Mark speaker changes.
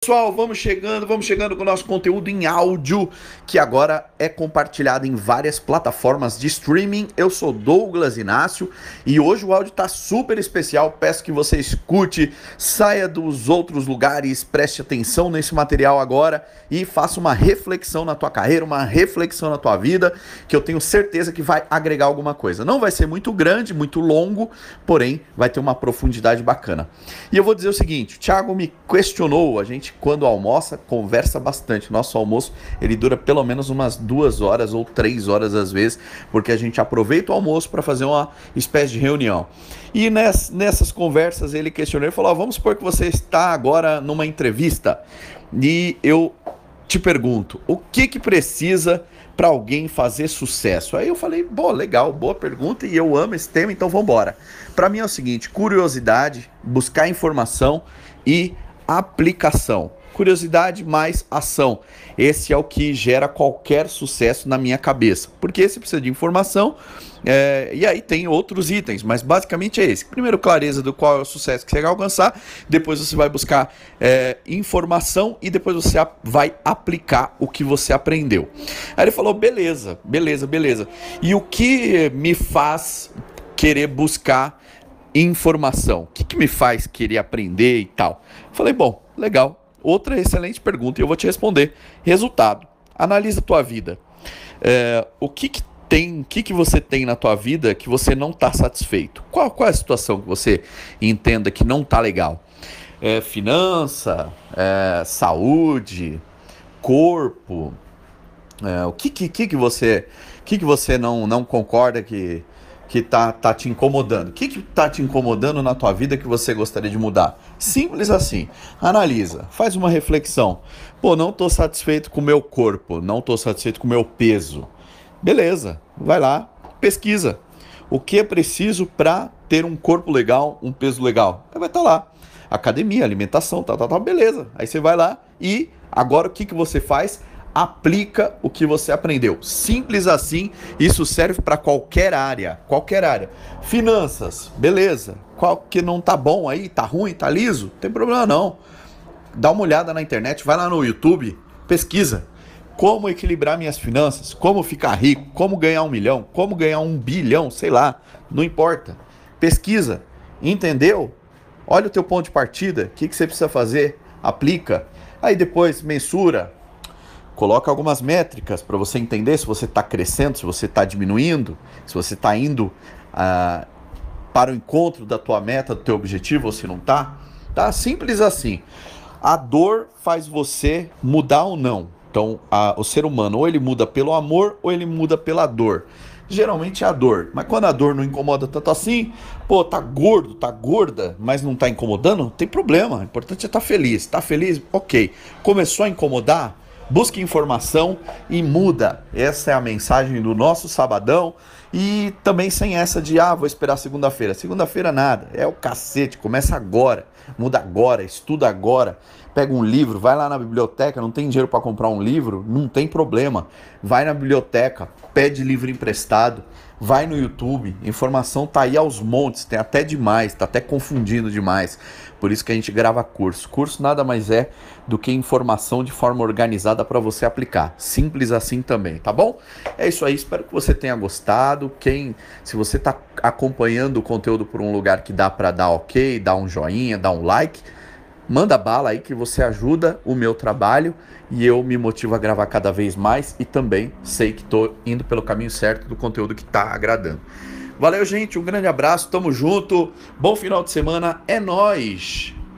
Speaker 1: Pessoal, vamos chegando com o nosso conteúdo em áudio, que agora é compartilhado em várias plataformas de streaming. Eu sou Douglas Inácio e hoje o áudio está super especial. Peço que você escute, saia dos outros lugares, preste atenção nesse material agora e faça uma reflexão na tua carreira, uma reflexão na tua vida, que eu tenho certeza que vai agregar alguma coisa. Não vai ser muito grande, muito longo, porém vai ter uma profundidade bacana. E eu vou dizer o seguinte, o Thiago me questionou, a gente quando almoça, conversa bastante. Nosso almoço, ele dura pelo menos umas 2 horas ou 3 horas às vezes, porque a gente aproveita o almoço para fazer uma espécie de reunião. E nessas conversas ele questionou, ele falou, vamos supor que você está agora numa entrevista e eu te pergunto, o que precisa para alguém fazer sucesso? Aí eu falei, legal, boa pergunta e eu amo esse tema, então vamos embora. Para mim é o seguinte, curiosidade, buscar informação e aplicação. Curiosidade mais ação. Esse é o que gera qualquer sucesso na minha cabeça. Porque você precisa de informação e aí tem outros itens, mas basicamente é esse. Primeiro, clareza do qual é o sucesso que você quer alcançar. Depois você vai buscar informação e depois você vai aplicar o que você aprendeu. Aí ele falou, beleza. E o que me faz querer buscar informação? O que me faz querer aprender e tal? Falei, legal. Outra excelente pergunta e eu vou te responder. Resultado. Analisa a tua vida. O que você tem na tua vida que você não está satisfeito? Qual é a situação que você entenda que não está legal? Finança, saúde, corpo. O que você não concorda que tá te incomodando? O que tá te incomodando na tua vida que você gostaria de mudar? Simples assim. Analisa, faz uma reflexão. Não tô satisfeito com o meu corpo, não tô satisfeito com o meu peso. Beleza, vai lá, pesquisa. O que é preciso para ter um corpo legal, um peso legal? Vai estar lá. Academia, alimentação, tal, beleza. Aí você vai lá e agora o que você faz? Aplica o que você aprendeu. Simples assim, isso serve para qualquer área. Finanças, beleza. Qual que não tá bom aí? Tá ruim? Tá liso? Não tem problema não. Dá uma olhada na internet, vai lá no YouTube, pesquisa. Como equilibrar minhas finanças, como ficar rico, como ganhar 1 milhão, como ganhar 1 bilhão, sei lá, não importa. Pesquisa, entendeu? Olha o teu ponto de partida, o que você precisa fazer, aplica. Aí depois mensura. Coloca algumas métricas para você entender se você está crescendo, se você está diminuindo, se você está indo para o encontro da tua meta, do teu objetivo, ou se não está. Tá? Simples assim. A dor faz você mudar ou não. Então, o ser humano ou ele muda pelo amor ou ele muda pela dor. Geralmente é a dor. Mas quando a dor não incomoda tanto assim, tá gordo, tá gorda, mas não tá incomodando, não tem problema. O importante é estar feliz. Tá feliz? Ok. Começou a incomodar? Busque informação e muda. Essa é a mensagem do nosso sabadão. E também sem essa de, vou esperar segunda-feira. Segunda-feira nada, é o cacete, começa agora. Muda agora, estuda agora. Pega um livro, vai lá na biblioteca, não tem dinheiro para comprar um livro? Não tem problema. Vai na biblioteca, pede livro emprestado. Vai no YouTube, informação tá aí aos montes, tem até demais, tá até confundindo demais. Por isso que a gente grava curso. Curso nada mais é do que informação de forma organizada para você aplicar. Simples assim também, tá bom? É isso aí, espero que você tenha gostado. Se você tá acompanhando o conteúdo por um lugar que dá para dar ok, dar um joinha, dar um like, manda bala aí que você ajuda o meu trabalho e eu me motivo a gravar cada vez mais e também sei que estou indo pelo caminho certo do conteúdo que está agradando. Valeu, gente, um grande abraço, tamo junto, bom final de semana, é nóis!